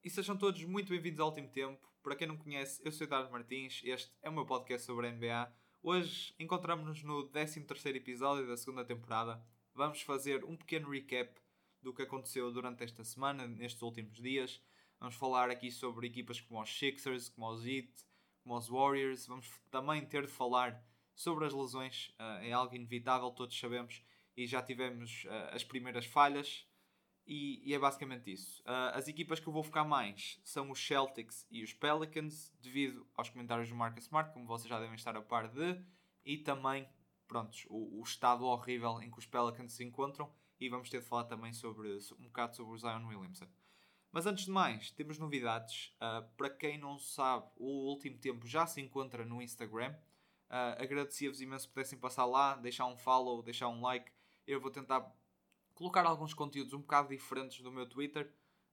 E sejam todos muito bem-vindos ao Último Tempo. Para quem não conhece, eu sou o Eduardo Martins, este é o meu podcast sobre a NBA. Hoje encontramos-nos no 13º episódio da segunda temporada. Vamos fazer um pequeno recap do que aconteceu durante esta semana, nestes últimos dias. Vamos falar aqui sobre equipas como os Sixers, como os Heat, como os Warriors. Vamos também ter de falar sobre as lesões. É algo inevitável, todos sabemos, e já tivemos as primeiras falhas. E é basicamente isso. As equipas que eu vou focar mais são os Celtics e os Pelicans, devido aos comentários do Marcus Smart, como vocês já devem estar a par de, e também, prontos, o estado horrível em que os Pelicans se encontram, e vamos ter de falar também um bocado sobre o Zion Williamson. Mas antes de mais, temos novidades. Para quem não sabe, o Último Tempo já se encontra no Instagram. Agradecia-vos imenso se pudessem passar lá, deixar um follow, deixar um like. Eu vou tentar colocar alguns conteúdos um bocado diferentes do meu Twitter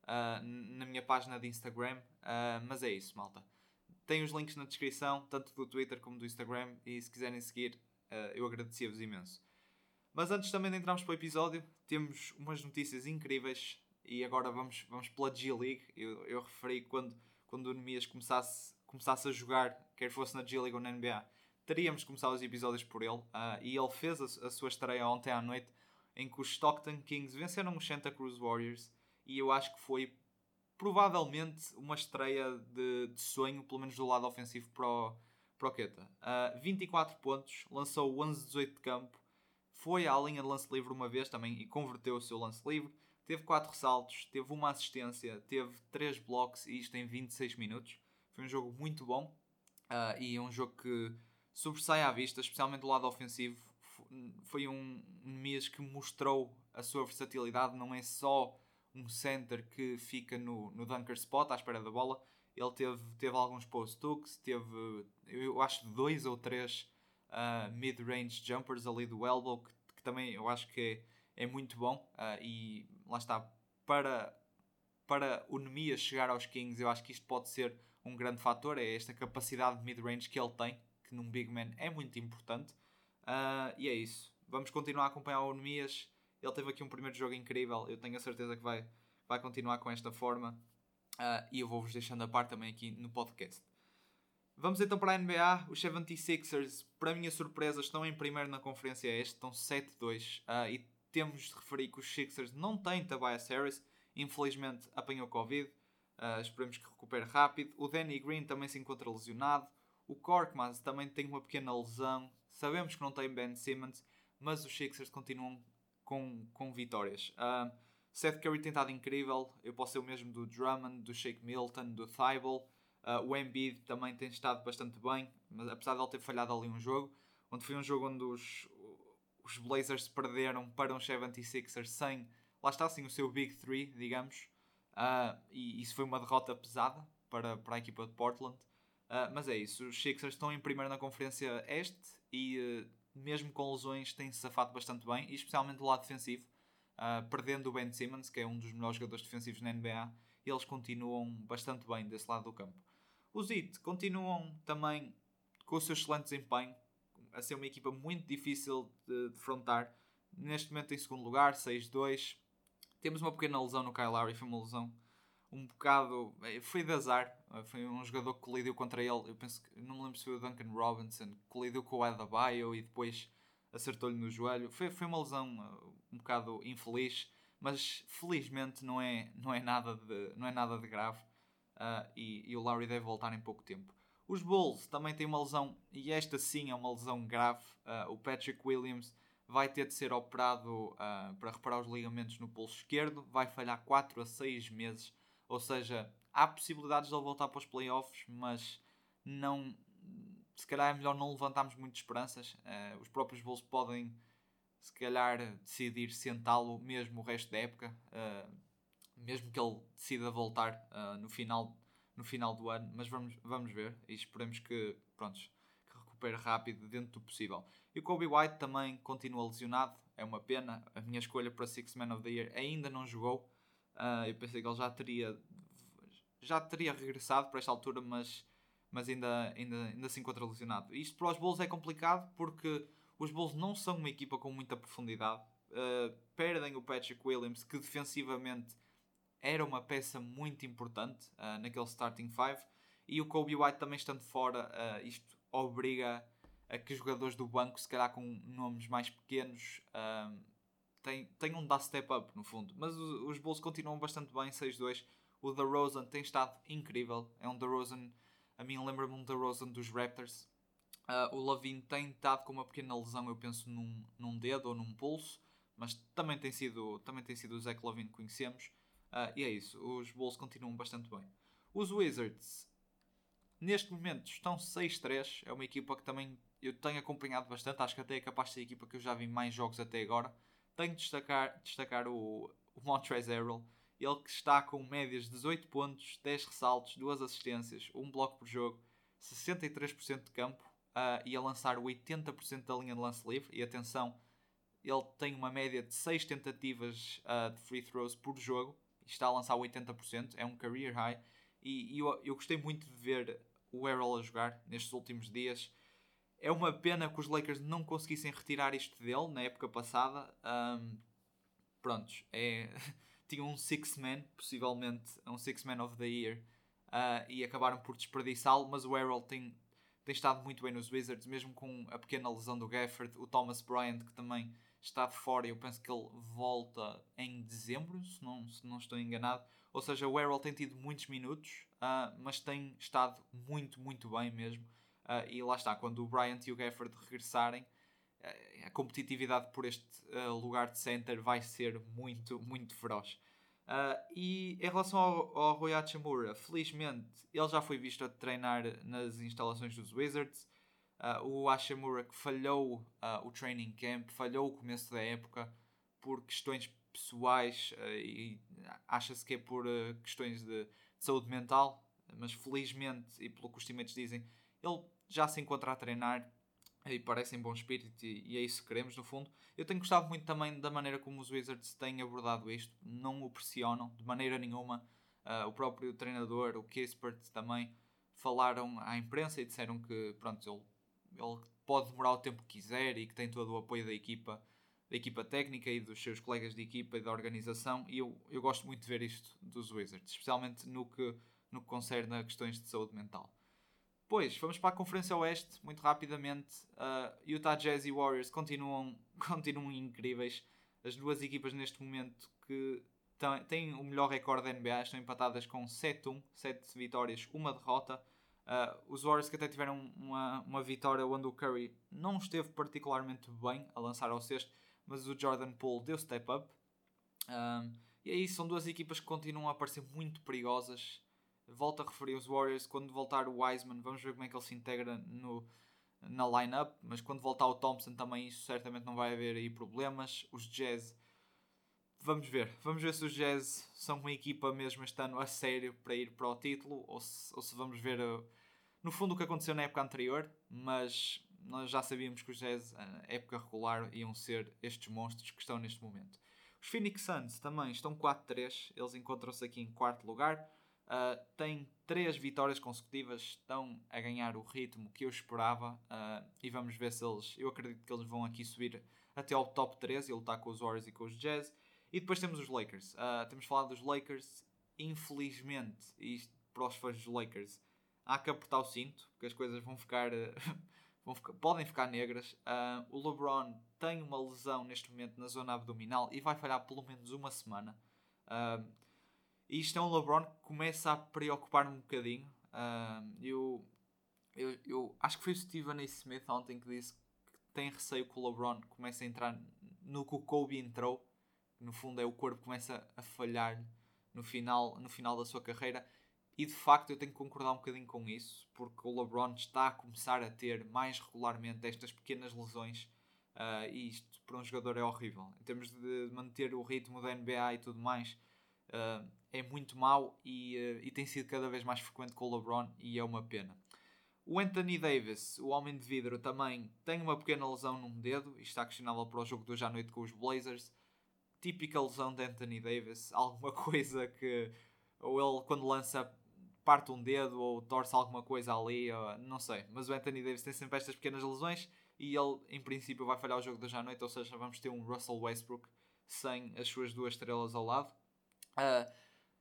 na minha página de Instagram, mas é isso, malta. Tem os links na descrição, tanto do Twitter como do Instagram, e se quiserem seguir, eu agradecia-vos imenso. Mas antes também de entrarmos para o episódio, temos umas notícias incríveis, e agora vamos pela G-League. Eu referi quando o Nemias começasse a jogar, quer fosse na G-League ou na NBA, teríamos começado os episódios por ele, e ele fez a sua estreia ontem à noite, em que os Stockton Kings venceram os Santa Cruz Warriors, e eu acho que foi provavelmente uma estreia de sonho, pelo menos do lado ofensivo para o Queta. 24 pontos, lançou 11-18 de campo, foi à linha de lance livre uma vez também e converteu o seu lance livre, teve 4 ressaltos, teve uma assistência, teve 3 blocos, e isto em 26 minutos. Foi um jogo muito bom, e é um jogo que sobressai à vista, especialmente do lado ofensivo. Foi um mês que mostrou a sua versatilidade. Não é só um center que fica no dunker spot à espera da bola. Ele teve alguns post-hooks, teve, eu acho, 2 ou 3 mid-range jumpers ali do elbow, que também eu acho que é muito bom. E lá está, para o Nemias chegar aos Kings, eu acho que isto pode ser um grande fator. É esta capacidade de mid-range que ele tem, que num big man é muito importante. E é isso. Vamos continuar a acompanhar o Nemias. Ele teve aqui um primeiro jogo incrível. Eu tenho a certeza que vai continuar com esta forma. E eu vou-vos deixando a par também aqui no podcast. Vamos então para a NBA. Os 76ers, para minha surpresa, estão em primeiro na Conferência Este. Estão 7-2. E temos de referir que os Sixers não têm Tobias Harris. Infelizmente apanhou Covid. Esperemos que recupere rápido. O Danny Green também se encontra lesionado. O Korkmaz também tem uma pequena lesão. Sabemos que não tem Ben Simmons, mas os Sixers continuam com vitórias. Seth Curry tem estado incrível. Eu posso ser o mesmo do Drummond, do Shake Milton, do Thibault. O Embiid também tem estado bastante bem, mas apesar de ele ter falhado ali um jogo, onde foi um jogo onde os Blazers perderam para os 76ers sem, lá está, assim, o seu Big 3, digamos. E isso foi uma derrota pesada para a equipa de Portland. Mas é isso, os Sixers estão em primeiro na Conferência Este e mesmo com lesões têm-se safado bastante bem, e especialmente do lado defensivo, perdendo o Ben Simmons, que é um dos melhores jogadores defensivos na NBA. Eles continuam bastante bem desse lado do campo. Os Heat continuam também com o seu excelente desempenho, a ser uma equipa muito difícil de defrontar. Neste momento em segundo lugar, 6-2. Temos uma pequena lesão no Kyle Lowry, foi uma lesão um bocado, foi de azar. Foi um jogador que colidiu contra ele. Eu penso que, não me lembro se foi o Duncan Robinson, que colidiu com o Adebayo e depois acertou-lhe no joelho. Foi uma lesão um bocado infeliz, mas felizmente não é nada de grave. E o Lowry deve voltar em pouco tempo. Os Bulls também têm uma lesão, e esta sim é uma lesão grave. O Patrick Williams vai ter de ser operado para reparar os ligamentos no pulso esquerdo. Vai falhar 4 a 6 meses. Ou seja, há possibilidades de ele voltar para os playoffs, mas não, se calhar é melhor não levantarmos muitas esperanças. Os próprios Bulls podem, se calhar, decidir sentá-lo mesmo o resto da época, mesmo que ele decida voltar no final do ano. Mas vamos ver, e esperemos que recupere rápido dentro do possível. E o Kobe White também continua lesionado. É uma pena. A minha escolha para Sixth Man of the Year ainda não jogou. Eu pensei que ele já teria regressado para esta altura, mas ainda se encontra lesionado. Isto para os Bulls é complicado, porque os Bulls não são uma equipa com muita profundidade. Perdem o Patrick Williams, que defensivamente era uma peça muito importante naquele starting five, e o Kobe White também estando fora, isto obriga a que os jogadores do banco, se calhar com nomes mais pequenos, tenham de dar step up no fundo. Mas os Bulls continuam bastante bem, 6-2. O DeRozan tem estado incrível, é um DeRozan, a mim lembra-me um DeRozan dos Raptors. O Lavine tem estado com uma pequena lesão, eu penso num dedo ou num pulso, mas também tem sido o Zach Lavine que conhecemos. E é isso, os Bulls continuam bastante bem. Os Wizards, neste momento, estão 6-3. É uma equipa que também eu tenho acompanhado bastante. Acho que até é capaz de ser a equipa que eu já vi mais jogos até agora. Tenho de destacar o Montrezl Harrell. Ele que está com médias de 18 pontos, 10 ressaltos, 2 assistências, 1 bloco por jogo, 63% de campo e a lançar 80% da linha de lance livre. E atenção, ele tem uma média de 6 tentativas de free throws por jogo e está a lançar 80%. É um career high. E eu gostei muito de ver o Harrell a jogar nestes últimos dias. É uma pena que os Lakers não conseguissem retirar isto dele na época passada. Prontos, tinham um six man, possivelmente um six man of the year, e acabaram por desperdiçá-lo, mas o Harrell tem estado muito bem nos Wizards, mesmo com a pequena lesão do Gafford. O Thomas Bryant, que também está de fora, eu penso que ele volta em dezembro, se não estou enganado. Ou seja, o Harrell tem tido muitos minutos, mas tem estado muito, muito bem mesmo. E lá está, quando o Bryant e o Gafford regressarem, a competitividade por este lugar de center vai ser muito, muito feroz. E em relação ao Rui Hachimura, felizmente ele já foi visto a treinar nas instalações dos Wizards. O Hachimura que falhou o training camp, falhou o começo da época por questões pessoais e acha-se que é por questões de saúde mental, mas felizmente, e pelo que os teammates dizem, ele já se encontra a treinar e parece em bom espírito e é isso que queremos no fundo. Eu tenho gostado muito também da maneira como os Wizards têm abordado isto, não o pressionam de maneira nenhuma. O próprio treinador, o Kispert, também falaram à imprensa e disseram que pronto, ele pode demorar o tempo que quiser e que tem todo o apoio da equipa técnica e dos seus colegas de equipa e da organização, e eu gosto muito de ver isto dos Wizards, especialmente no que concerne a questões de saúde mental. Depois, vamos para a Conferência Oeste, muito rapidamente. Utah Jazz e Warriors continuam incríveis. As duas equipas neste momento que têm o melhor recorde da NBA, estão empatadas com 7-1, 7 vitórias, 1 derrota. Os Warriors que até tiveram uma vitória onde o Curry não esteve particularmente bem a lançar ao cesto, mas o Jordan Poole deu step up. E é isso, são duas equipas que continuam a parecer muito perigosas. Volto a referir os Warriors, quando voltar o Wiseman, vamos ver como é que ele se integra na line-up, mas quando voltar o Thompson também isso certamente não vai haver aí problemas. Os Jazz, vamos ver se os Jazz são uma equipa mesmo este ano a sério para ir para o título, ou se vamos ver no fundo o que aconteceu na época anterior, mas nós já sabíamos que os Jazz, na época regular, iam ser estes monstros que estão neste momento. Os Phoenix Suns também estão 4-3, eles encontram-se aqui em quarto lugar. Têm 3 vitórias consecutivas, estão a ganhar o ritmo que eu esperava e vamos ver se eu acredito que eles vão aqui subir até ao top 3 e lutar com os Warriors e com os Jazz. E depois temos os Lakers. Temos falado dos Lakers, infelizmente, isto para os fãs dos Lakers, há que apertar o cinto, porque as coisas vão ficar podem ficar negras. O LeBron tem uma lesão neste momento na zona abdominal e vai falhar pelo menos uma semana. E isto é um LeBron que começa a preocupar-me um bocadinho. Eu acho que foi o Stephen A. Smith ontem que disse que tem receio que o LeBron comece a entrar no que o Kobe entrou. No fundo é o corpo que começa a falhar no final da sua carreira. E de facto eu tenho que concordar um bocadinho com isso, porque o LeBron está a começar a ter mais regularmente estas pequenas lesões. E isto para um jogador é horrível. Em termos de manter o ritmo da NBA e tudo mais, é muito mau e tem sido cada vez mais frequente com o LeBron e é uma pena. O Anthony Davis, o homem de vidro, também tem uma pequena lesão num dedo e está questionável para o jogo de hoje à noite com os Blazers. Típica lesão de Anthony Davis, alguma coisa que ou ele quando lança parte um dedo ou torce alguma coisa ali, não sei. Mas o Anthony Davis tem sempre estas pequenas lesões e ele em princípio vai falhar o jogo de hoje à noite, ou seja, vamos ter um Russell Westbrook sem as suas 2 estrelas ao lado.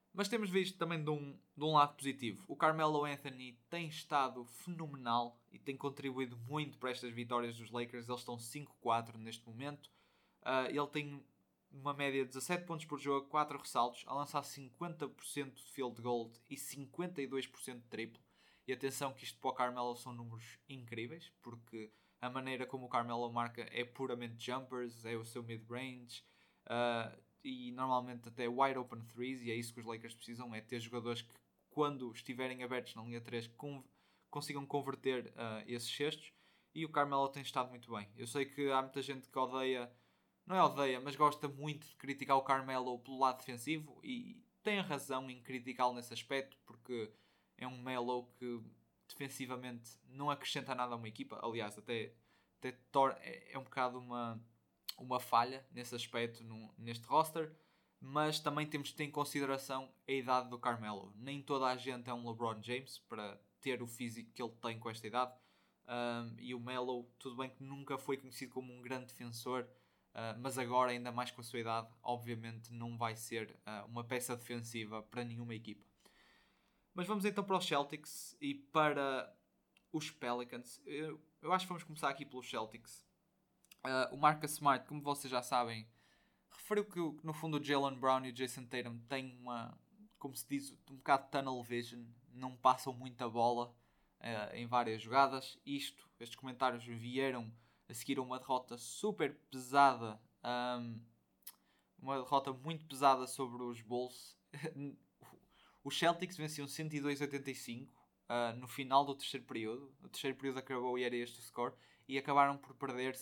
Mas temos visto também de um lado positivo. O Carmelo Anthony tem estado fenomenal e tem contribuído muito para estas vitórias dos Lakers. Eles estão 5-4 neste momento. Ele tem uma média de 17 pontos por jogo, 4 ressaltos, a lançar 50% de field goal e 52% de triplo. E atenção que isto para o Carmelo são números incríveis, porque a maneira como o Carmelo marca é puramente jumpers, é o seu mid-range, e normalmente até wide open threes, e é isso que os Lakers precisam, é ter jogadores que, quando estiverem abertos na linha 3, consigam converter esses cestos, e o Carmelo tem estado muito bem. Eu sei que há muita gente que odeia, não é odeia, mas gosta muito de criticar o Carmelo pelo lado defensivo, e tem razão em criticá-lo nesse aspecto, porque é um Melo que defensivamente não acrescenta nada a uma equipa. Aliás, até é um bocado uma falha nesse aspecto neste roster, mas também temos de ter em consideração a idade do Carmelo. Nem toda a gente é um LeBron James para ter o físico que ele tem com esta idade. E o Melo, tudo bem que nunca foi conhecido como um grande defensor, mas agora, ainda mais com a sua idade, obviamente não vai ser uma peça defensiva para nenhuma equipa. Mas vamos então para os Celtics e para os Pelicans. Eu acho que vamos começar aqui pelos Celtics. O Marcus Smart, como vocês já sabem, referiu que no fundo o Jaylen Brown e o Jason Tatum têm como se diz, um bocado de tunnel vision, não passam muita bola em várias jogadas. Estes comentários vieram a seguir a uma derrota super pesada, uma derrota muito pesada sobre os Bulls. Os Celtics venciam 102-85 no final do terceiro período. O terceiro período acabou e era este o score. E acabaram por perder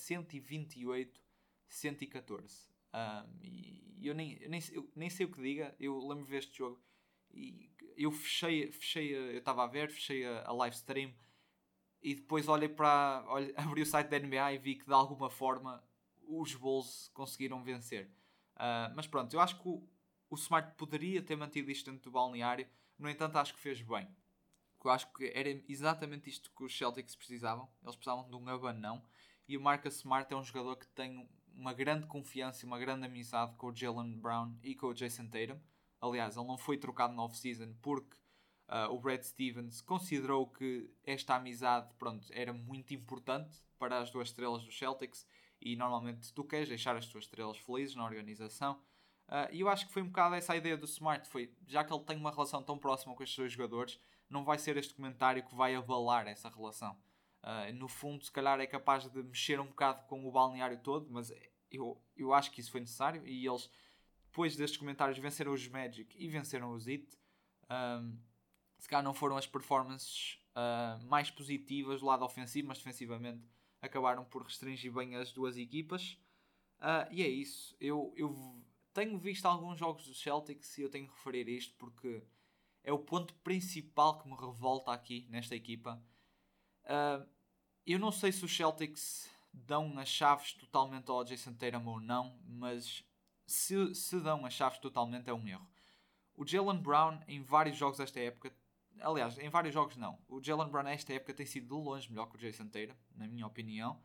128-114. E eu nem sei o que diga. Eu lembro de ver este jogo e eu fechei eu estava a ver, fechei a live stream e depois abri o site da NBA e vi que de alguma forma os Bulls conseguiram vencer. Mas pronto, eu acho que o Smart poderia ter mantido isto dentro do balneário. No entanto, acho que fez bem. Eu acho que era exatamente isto que os Celtics precisavam. Eles precisavam de um abanão. E o Marcus Smart é um jogador que tem uma grande confiança e uma grande amizade com o Jaylen Brown e com o Jason Tatum. Aliás, ele não foi trocado na off-season porque o Brad Stevens considerou que esta amizade, era muito importante para as duas estrelas dos Celtics. E normalmente tu queres deixar as tuas estrelas felizes na organização. E eu acho que foi um bocado essa a ideia do Smart. Já que ele tem uma relação tão próxima com estes dois jogadores, não vai ser este comentário que vai abalar essa relação. No fundo, se calhar é capaz de mexer um bocado com o balneário todo, mas eu acho que isso foi necessário. E eles, depois destes comentários, venceram os Magic e venceram os Heat. Se calhar não foram as performances mais positivas do lado ofensivo, mas defensivamente acabaram por restringir bem as duas equipas. E é isso. Eu tenho visto alguns jogos dos Celtics e eu tenho que referir isto porque é o ponto principal que me revolta aqui nesta equipa. Eu não sei se os Celtics dão as chaves totalmente ao Jason Tatum ou não, mas se dão as chaves totalmente é um erro. O Jaylen Brown em vários jogos desta época, aliás, em vários jogos não, o Jaylen Brown nesta época tem sido de longe melhor que o Jason Tatum, na minha opinião.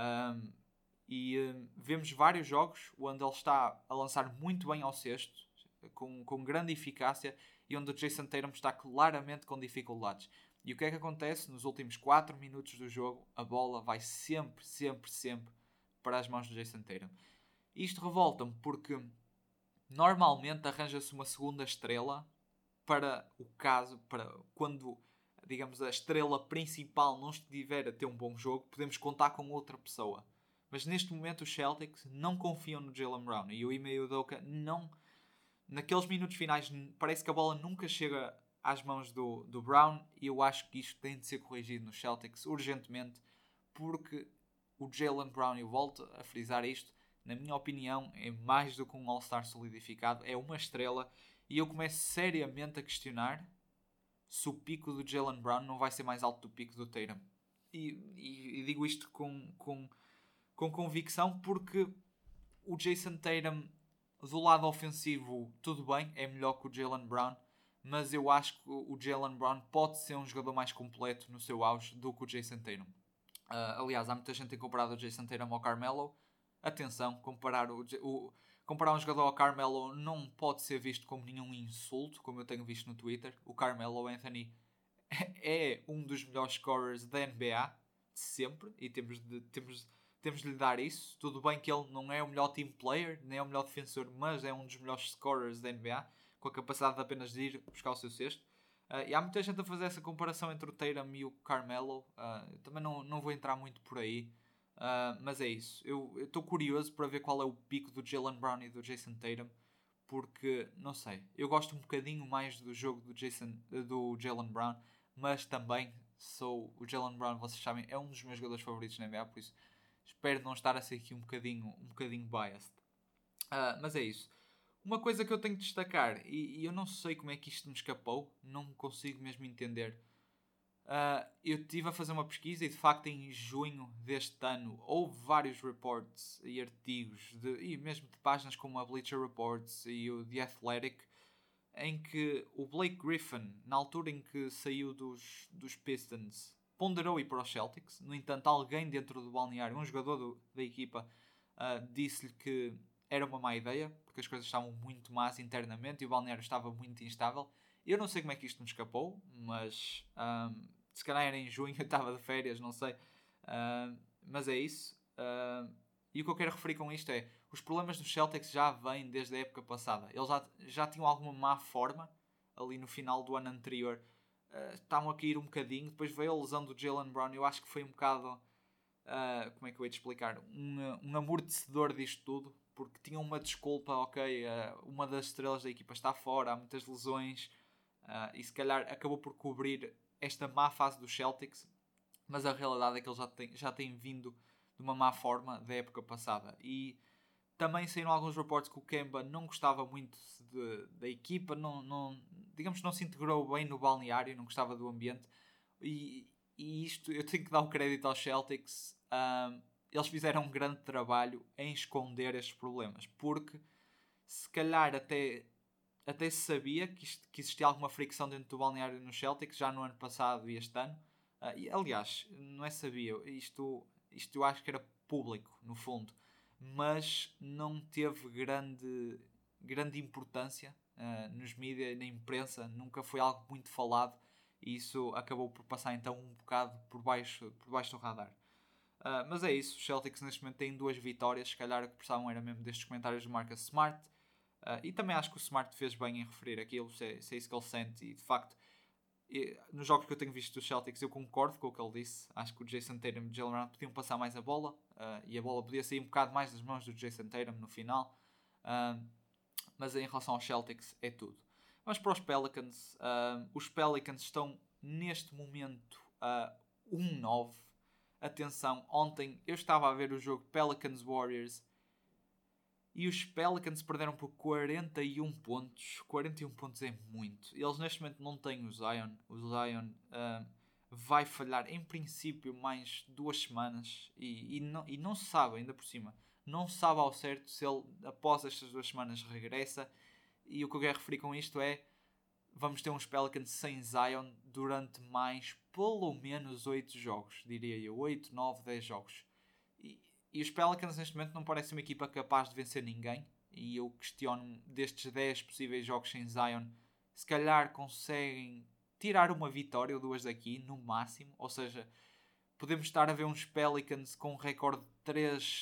Vemos vários jogos onde ele está a lançar muito bem ao cesto, com grande eficácia, e onde o Jason Tatum está claramente com dificuldades. E o que é que acontece? Nos últimos 4 minutos do jogo, a bola vai sempre para as mãos do Jason Tatum. Isto revolta-me porque normalmente arranja-se uma segunda estrela para o caso, para quando, digamos, a estrela principal não estiver a ter um bom jogo, podemos contar com outra pessoa. Mas neste momento os Celtics não confiam no Jaylen Brown. E o Ime Udoka não... Naqueles minutos finais parece que a bola nunca chega às mãos do Brown. E eu acho que isto tem de ser corrigido nos Celtics urgentemente. Porque o Jaylen Brown, eu volto a frisar isto, na minha opinião é mais do que um All-Star solidificado. É uma estrela. E eu começo seriamente a questionar se o pico do Jaylen Brown não vai ser mais alto do pico do Tatum. E digo isto com convicção porque o Jason Tatum do lado ofensivo tudo bem, é melhor que o Jaylen Brown, mas eu acho que o Jaylen Brown pode ser um jogador mais completo no seu auge do que o Jason Tatum. Aliás, há muita gente que tem comparado o Jason Tatum ao Carmelo. Atenção, comparar um jogador ao Carmelo não pode ser visto como nenhum insulto, como eu tenho visto no Twitter. O Carmelo Anthony é um dos melhores scorers da NBA de sempre e temos de lhe dar isso. Tudo bem que ele não é o melhor team player, nem é o melhor defensor, mas é um dos melhores scorers da NBA, com a capacidade de apenas de ir buscar o seu cesto. E há muita gente a fazer essa comparação entre o Tatum e o Carmelo. Eu também não vou entrar muito por aí. Mas é isso. Eu estou curioso para ver qual é o pico do Jaylen Brown e do Jason Tatum. Porque, não sei, eu gosto um bocadinho mais do jogo do Jaylen Brown. Mas também o Jaylen Brown, vocês sabem, é um dos meus jogadores favoritos na NBA. Por isso espero não estar a ser aqui um bocadinho biased. Mas é isso. Uma coisa que eu tenho de destacar, e eu não sei como é que isto me escapou, não consigo mesmo entender. Eu estive a fazer uma pesquisa e de facto em junho deste ano houve vários reports e artigos e mesmo de páginas como a Bleacher Reports e o The Athletic em que o Blake Griffin, na altura em que saiu dos Pistons, ponderou ir para os Celtics. No entanto, alguém dentro do balneário, um jogador da equipa, disse-lhe que era uma má ideia, porque as coisas estavam muito más internamente e o balneário estava muito instável. Eu não sei como é que isto me escapou, mas se calhar era em junho, eu estava de férias, não sei. Mas é isso. E o que eu quero referir com isto é, os problemas dos Celtics já vêm desde a época passada. Eles já tinham alguma má forma ali no final do ano anterior. Estavam a cair um bocadinho. Depois veio a lesão do Jaylen Brown. Eu acho que foi um bocado... como é que eu ia te explicar? Um amortecedor disto tudo. Porque tinham uma desculpa, ok, uma das estrelas da equipa está fora, há muitas lesões. E se calhar acabou por cobrir esta má fase dos Celtics. Mas a realidade é que eles já têm vindo de uma má forma da época passada. E também saíram alguns reportes que o Kemba não gostava muito da equipa, digamos que não se integrou bem no balneário, não gostava do ambiente. E isto, eu tenho que dar o crédito aos Celtics. Eles fizeram um grande trabalho em esconder estes problemas, porque se calhar até se sabia que existia alguma fricção dentro do balneário nos Celtics, já no ano passado e este ano. E, aliás, não é sabia, isto eu acho que era público, no fundo, mas não teve grande importância nos mídias, na imprensa, nunca foi algo muito falado e isso acabou por passar então um bocado por baixo do radar. Mas é isso, os Celtics neste momento têm 2 vitórias, se calhar o que precisavam era mesmo destes comentários do Marcus Smart. E também acho que o Smart fez bem em referir aquilo, se é isso que ele sente. E de facto, nos jogos que eu tenho visto dos Celtics, eu concordo com o que ele disse. Acho que o Jason Tatum e o Jaylen Brown podiam passar mais a bola e a bola podia sair um bocado mais das mãos do Jason Tatum no final. Mas em relação aos Celtics, é tudo. Vamos para os Pelicans. Os Pelicans estão neste momento 1-9. Atenção, ontem eu estava a ver o jogo Pelicans Warriors. E os Pelicans perderam por 41 pontos. 41 pontos é muito. Eles neste momento não têm o Zion. O Zion vai falhar em princípio mais 2 semanas. E não se sabe ainda por cima. Não se sabe ao certo se ele após estas 2 semanas regressa. E o que eu quero referir com isto é... Vamos ter uns Pelicans sem Zion durante mais pelo menos 8 jogos. Diria eu. 8, 9, 10 jogos. E os Pelicans neste momento não parecem uma equipa capaz de vencer ninguém. E eu questiono destes 10 possíveis jogos sem Zion, se calhar conseguem tirar uma vitória ou 2 daqui, no máximo. Ou seja, podemos estar a ver uns Pelicans com um recorde de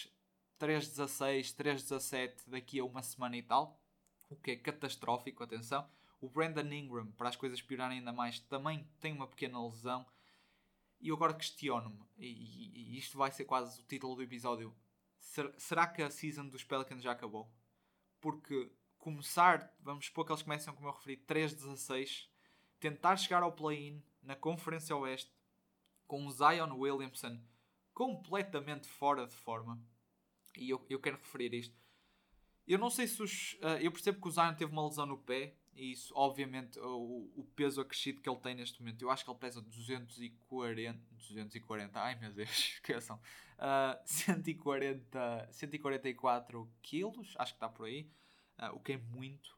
3-16, 3-17 daqui a uma semana e tal. O que é catastrófico, atenção. O Brandon Ingram, para as coisas piorarem ainda mais, também tem uma pequena lesão. E eu agora questiono-me, e isto vai ser quase o título do episódio, será que a season dos Pelicans já acabou? Porque vamos supor que eles começam, como eu referi, 3-16, tentar chegar ao play-in na Conferência Oeste, com o Zion Williamson completamente fora de forma, e eu quero referir isto. Eu não sei se eu percebo que o Zion teve uma lesão no pé, e isso, obviamente, o peso acrescido que ele tem neste momento. Eu acho que ele pesa 240, ai meu Deus, esqueçam. 144 quilos, acho que está por aí. O que é muito.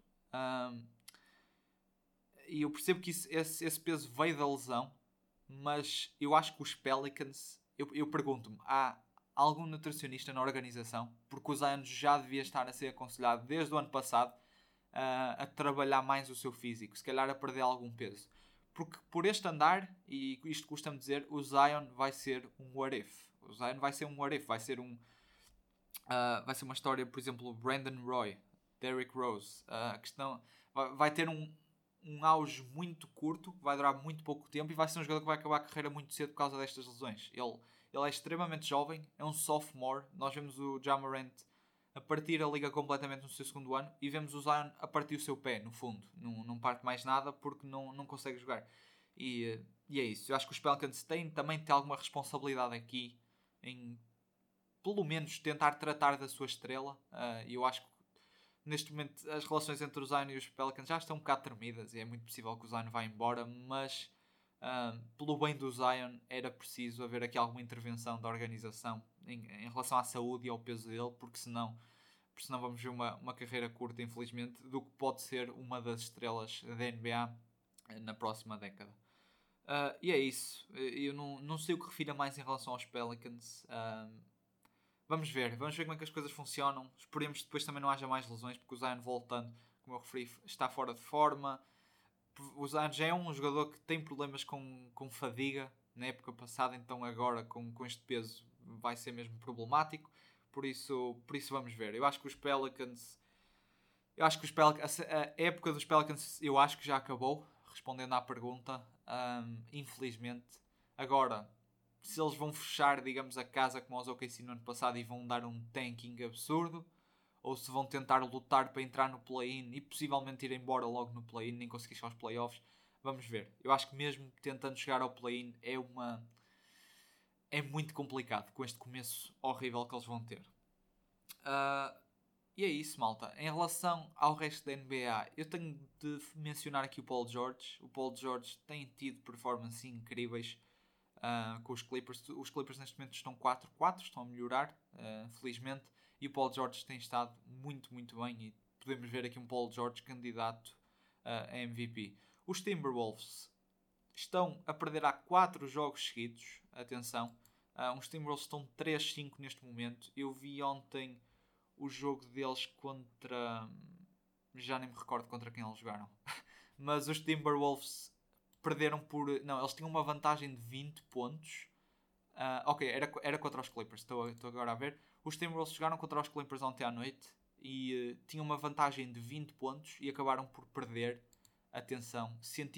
E eu percebo que esse peso veio da lesão, mas eu acho que os Pelicans... Eu pergunto-me, há algum nutricionista na organização, porque o Zion já devia estar a ser aconselhado desde o ano passado a trabalhar mais o seu físico, se calhar a perder algum peso. Porque por este andar, e isto custa-me dizer, o Zion vai ser um what if. O Zion vai ser um what if, vai ser uma história, por exemplo, Brandon Roy, Derrick Rose. A questão vai ter um auge muito curto, vai durar muito pouco tempo e vai ser um jogador que vai acabar a carreira muito cedo por causa destas lesões. Ele é extremamente jovem, é um sophomore. Nós vemos o Ja Morant a partir a liga completamente no seu segundo ano e vemos o Zion a partir o seu pé, no fundo. Não parte mais nada porque não consegue jogar. E é isso. Eu acho que os Pelicans também têm alguma responsabilidade aqui em, pelo menos, tentar tratar da sua estrela. E eu acho que neste momento as relações entre o Zion e os Pelicans já estão um bocado tremidas e é muito possível que o Zion vá embora, mas pelo bem do Zion era preciso haver aqui alguma intervenção da organização em relação à saúde e ao peso dele, porque senão vamos ver uma carreira curta, infelizmente, do que pode ser uma das estrelas da NBA na próxima década. E é isso. Eu não sei o que refira mais em relação aos Pelicans. Vamos ver como é que as coisas funcionam. Esperemos que depois também não haja mais lesões, porque o Zion, voltando, como eu referi, está fora de forma. O Zion já é um jogador que tem problemas com fadiga na época passada, então agora com este peso vai ser mesmo problemático. Por isso vamos ver. Eu acho que os Pelicans, a época dos Pelicans, eu acho que já acabou, respondendo à pergunta, infelizmente. Agora, se eles vão fechar, digamos, a casa como os OKC no ano passado e vão dar um tanking absurdo, ou se vão tentar lutar para entrar no play-in e possivelmente ir embora logo no play-in, nem conseguir chegar aos playoffs, vamos ver. Eu acho que mesmo tentando chegar ao play-in é muito complicado com este começo horrível que eles vão ter. E é isso, malta. Em relação ao resto da NBA, eu tenho de mencionar aqui o Paul George. O Paul George tem tido performances incríveis com os Clippers. Os Clippers neste momento estão 4-4, estão a melhorar, felizmente. E o Paul George tem estado muito, muito bem. E podemos ver aqui um Paul George candidato a MVP. Os Timberwolves estão a perder há 4 jogos seguidos. Atenção. Os Timberwolves estão 3-5 neste momento. Eu vi ontem o jogo deles contra... Já nem me recordo contra quem eles jogaram. Mas os Timberwolves perderam por... Não, eles tinham uma vantagem de 20 pontos. Ok, era contra os Clippers. Estou agora a ver. Os Timberwolves jogaram contra os Clippers ontem à noite e tinham uma vantagem de 20 pontos e acabaram por perder, atenção,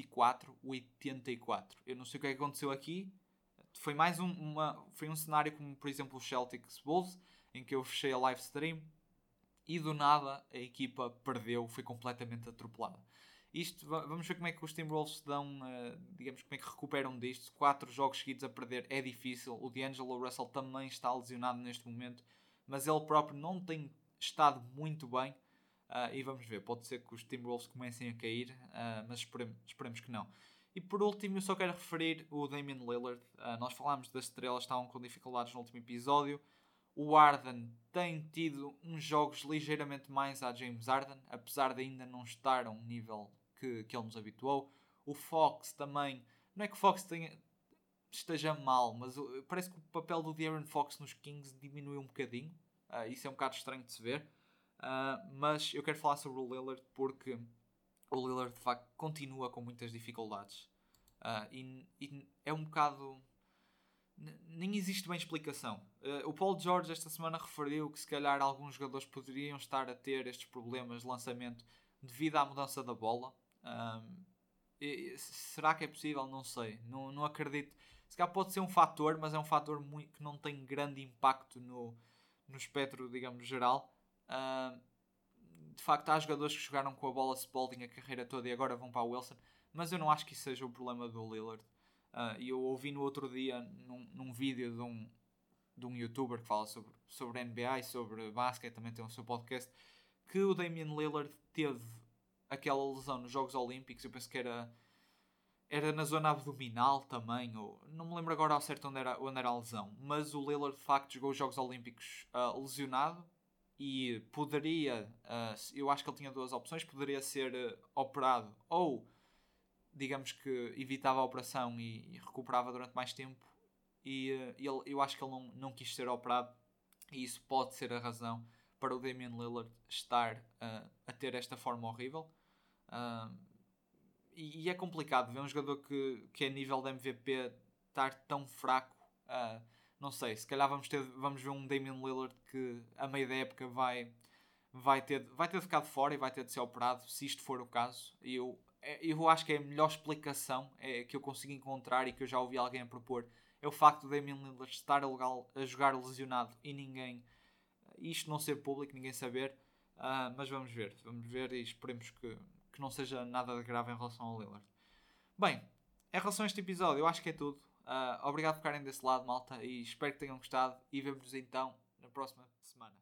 104-84. Eu não sei o que é que aconteceu aqui. Foi mais foi um cenário como, por exemplo, o Celtics Bulls, em que eu fechei a live stream e do nada a equipa perdeu, foi completamente atropelada. Vamos ver como é que os Timberwolves dão, digamos, como é que recuperam disto. 4 jogos seguidos a perder é difícil. O D'Angelo Russell também está lesionado neste momento, mas ele próprio não tem estado muito bem. E vamos ver, pode ser que os Timberwolves comecem a cair, mas esperemos que não. E por último, eu só quero referir o Damian Lillard. Nós falámos das estrelas, estavam com dificuldades no último episódio. O Harden tem tido uns jogos ligeiramente mais a James Harden, apesar de ainda não estar a um nível que ele nos habituou. O Fox também, não é que o Fox esteja mal, mas parece que o papel do De'Aaron Fox nos Kings diminuiu um bocadinho. Isso é um bocado estranho de se ver. Mas eu quero falar sobre o Lillard porque o Lillard de facto continua com muitas dificuldades. E é um bocado... Nem existe bem explicação. O Paul George esta semana referiu que se calhar alguns jogadores poderiam estar a ter estes problemas de lançamento devido à mudança da bola. Será que é possível? Não sei. Não acredito. Se calhar pode ser um fator, mas é um fator que não tem grande impacto no espectro, digamos, geral. De facto, há jogadores que jogaram com a bola Spalding a carreira toda e agora vão para a Wilson, mas eu não acho que isso seja o problema do Lillard. E eu ouvi no outro dia num vídeo de um youtuber que fala sobre NBA e sobre basquete, também tem o seu podcast, que o Damian Lillard teve aquela lesão nos Jogos Olímpicos. Eu penso que era na zona abdominal também, ou não me lembro agora ao certo onde era a lesão, mas o Lillard de facto jogou os Jogos Olímpicos lesionado e poderia, eu acho que ele tinha 2 opções, poderia ser operado ou digamos que evitava a operação e recuperava durante mais tempo, e eu acho que ele não quis ser operado, e isso pode ser a razão para o Damian Lillard estar a ter esta forma horrível. E é complicado ver um jogador que é nível de MVP estar tão fraco. Não sei, se calhar vamos ver um Damian Lillard que a meio da época vai ter de ficar de fora e vai ter de ser operado, se isto for o caso. Eu acho que é a melhor explicação que eu consigo encontrar e que eu já ouvi alguém a propor, é o facto de Damian Lillard estar a jogar lesionado e isto não ser público, ninguém saber. Mas vamos ver e esperemos que não seja nada de grave em relação ao Lillard. Bem, em relação a este episódio, eu acho que é tudo. Obrigado por ficarem desse lado, malta, e espero que tenham gostado, e vemo-nos então na próxima semana.